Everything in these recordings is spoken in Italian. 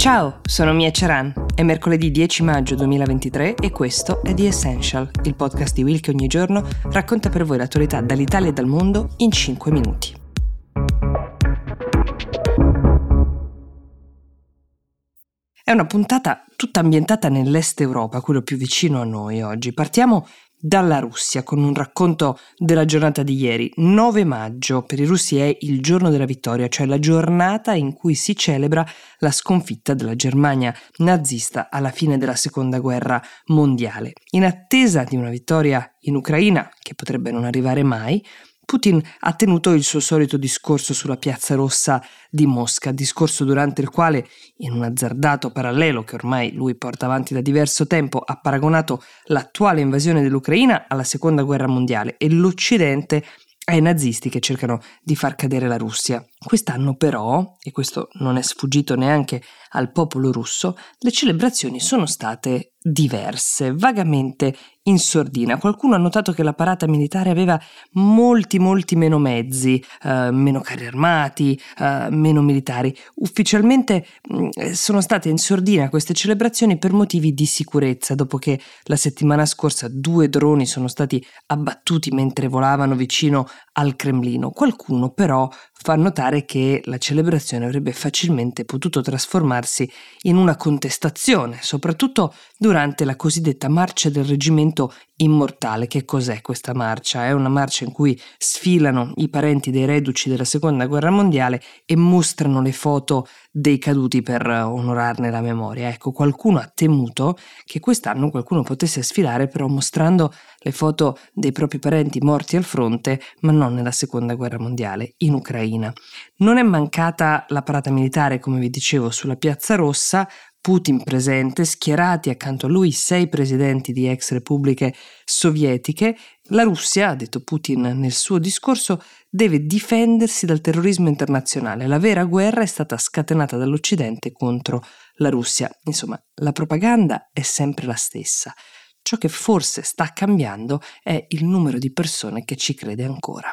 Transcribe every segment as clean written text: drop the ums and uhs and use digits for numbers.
Ciao, sono Mia Ceran. È mercoledì 10 maggio 2023 e questo è The Essential, il podcast di Will che ogni giorno racconta per voi l'attualità dall'Italia e dal mondo in 5 minuti. È una puntata tutta ambientata nell'est Europa, quello più vicino a noi oggi. Partiamo dalla Russia con un racconto della giornata di ieri. 9 maggio per i russi è il giorno della vittoria, cioè la giornata in cui si celebra la sconfitta della Germania nazista alla fine della seconda guerra mondiale. In attesa di una vittoria in Ucraina, che potrebbe non arrivare mai, Putin ha tenuto il suo solito discorso sulla Piazza Rossa di Mosca, discorso durante il quale, in un azzardato parallelo che ormai lui porta avanti da diverso tempo, ha paragonato l'attuale invasione dell'Ucraina alla seconda guerra mondiale e l'Occidente ai nazisti che cercano di far cadere la Russia. Quest'anno però, e questo non è sfuggito neanche al popolo russo, le celebrazioni sono state diverse, vagamente in sordina. Qualcuno ha notato che la parata militare aveva molti meno mezzi, meno carri armati, meno militari. Ufficialmente sono state in sordina queste celebrazioni per motivi di sicurezza, dopo che la settimana scorsa 2 droni sono stati abbattuti mentre volavano vicino al Cremlino. Qualcuno però fa notare che la celebrazione avrebbe facilmente potuto trasformarsi in una contestazione, soprattutto durante la cosiddetta marcia del reggimento immortale. Che cos'è questa marcia? È una marcia in cui sfilano i parenti dei reduci della seconda guerra mondiale e mostrano le foto dei caduti per onorarne la memoria. Ecco, qualcuno ha temuto che quest'anno qualcuno potesse sfilare però mostrando le foto dei propri parenti morti al fronte, ma non nella seconda guerra mondiale, in Ucraina. Non è mancata la parata militare, come vi dicevo, sulla Piazza Rossa, Putin presente, schierati accanto a lui 6 presidenti di ex repubbliche sovietiche. La Russia, ha detto Putin nel suo discorso, deve difendersi dal terrorismo internazionale. La vera guerra è stata scatenata dall'Occidente contro la Russia. Insomma, la propaganda è sempre la stessa. Ciò che forse sta cambiando è il numero di persone che ci crede ancora.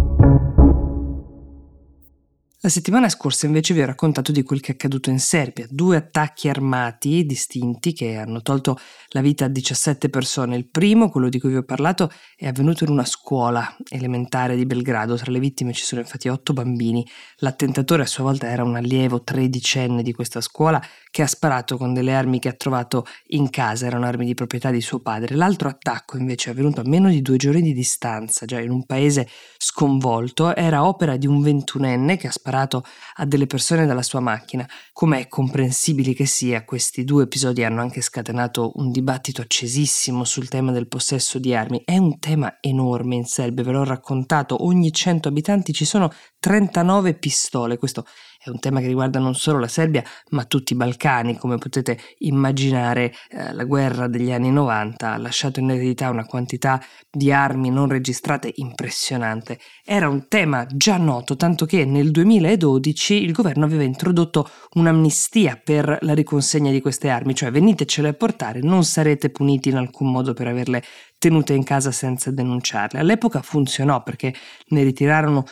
La settimana scorsa invece vi ho raccontato di quel che è accaduto in Serbia, 2 attacchi armati distinti che hanno tolto la vita a 17 persone. Il primo, quello di cui vi ho parlato, è avvenuto in una scuola elementare di Belgrado. Tra le vittime ci sono infatti 8 bambini. L'attentatore a sua volta era un allievo 13enne di questa scuola che ha sparato con delle armi che ha trovato in casa, erano armi di proprietà di suo padre. L'altro attacco invece è avvenuto a meno di 2 giorni di distanza, già in un paese sconvolto. Era opera di un 21enne che ha sparato a delle persone dalla sua macchina. Come è comprensibile che sia, questi 2 episodi hanno anche scatenato un dibattito accesissimo sul tema del possesso di armi. È un tema enorme in Serbia, ve l'ho raccontato, ogni 100 abitanti ci sono 39 pistole. Questo è un tema che riguarda non solo la Serbia, ma tutti i Balcani. Come potete immaginare, la guerra degli anni 90 ha lasciato in eredità una quantità di armi non registrate impressionante. Era un tema già noto, tanto che nel 2012 il governo aveva introdotto un'amnistia per la riconsegna di queste armi, cioè venitecele a portare, non sarete puniti in alcun modo per averle tenute in casa senza denunciarle. All'epoca funzionò perché ne ritirarono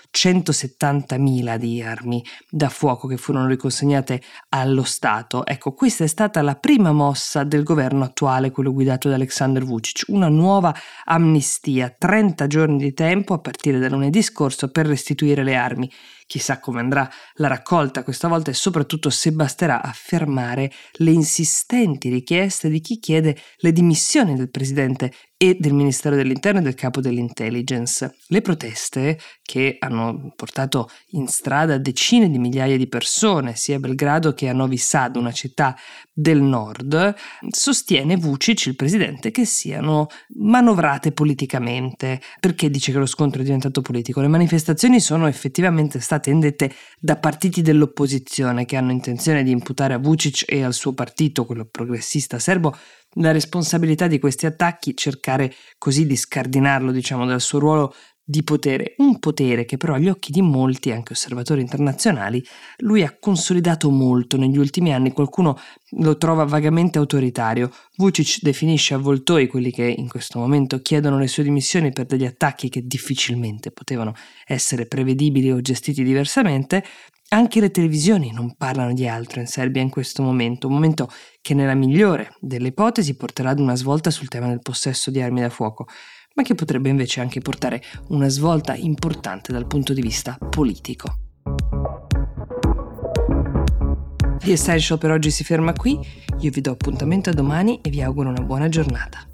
170.000 di armi da fuoco che furono riconsegnate allo Stato. Ecco, questa è stata la prima mossa del governo attuale, quello guidato da Aleksandar Vučić, una nuova amnistia, 30 giorni di tempo a partire da lunedì scorso per restituire le armi. Chissà come andrà la raccolta questa volta e soprattutto se basterà a fermare le insistenti richieste di chi chiede le dimissioni del presidente e del Ministero dell'Interno e del capo dell'Intelligence. Le proteste, che hanno portato in strada decine di migliaia di persone, sia a Belgrado che a Novi Sad, una città del nord, sostiene Vučić, il presidente, che siano manovrate politicamente. Perché dice che lo scontro è diventato politico? Le manifestazioni sono effettivamente state indette da partiti dell'opposizione che hanno intenzione di imputare a Vučić e al suo partito, quello progressista serbo, la responsabilità di questi attacchi, cercare così di scardinarlo, dal suo ruolo di potere, un potere che però agli occhi di molti, anche osservatori internazionali, lui ha consolidato molto negli ultimi anni. Qualcuno lo trova vagamente autoritario. Vučić definisce avvoltoi quelli che in questo momento chiedono le sue dimissioni per degli attacchi che difficilmente potevano essere prevedibili o gestiti diversamente. Anche le televisioni non parlano di altro in Serbia in questo momento, un momento che nella migliore delle ipotesi porterà ad una svolta sul tema del possesso di armi da fuoco, ma che potrebbe invece anche portare una svolta importante dal punto di vista politico. The Essential per oggi si ferma qui, io vi do appuntamento a domani e vi auguro una buona giornata.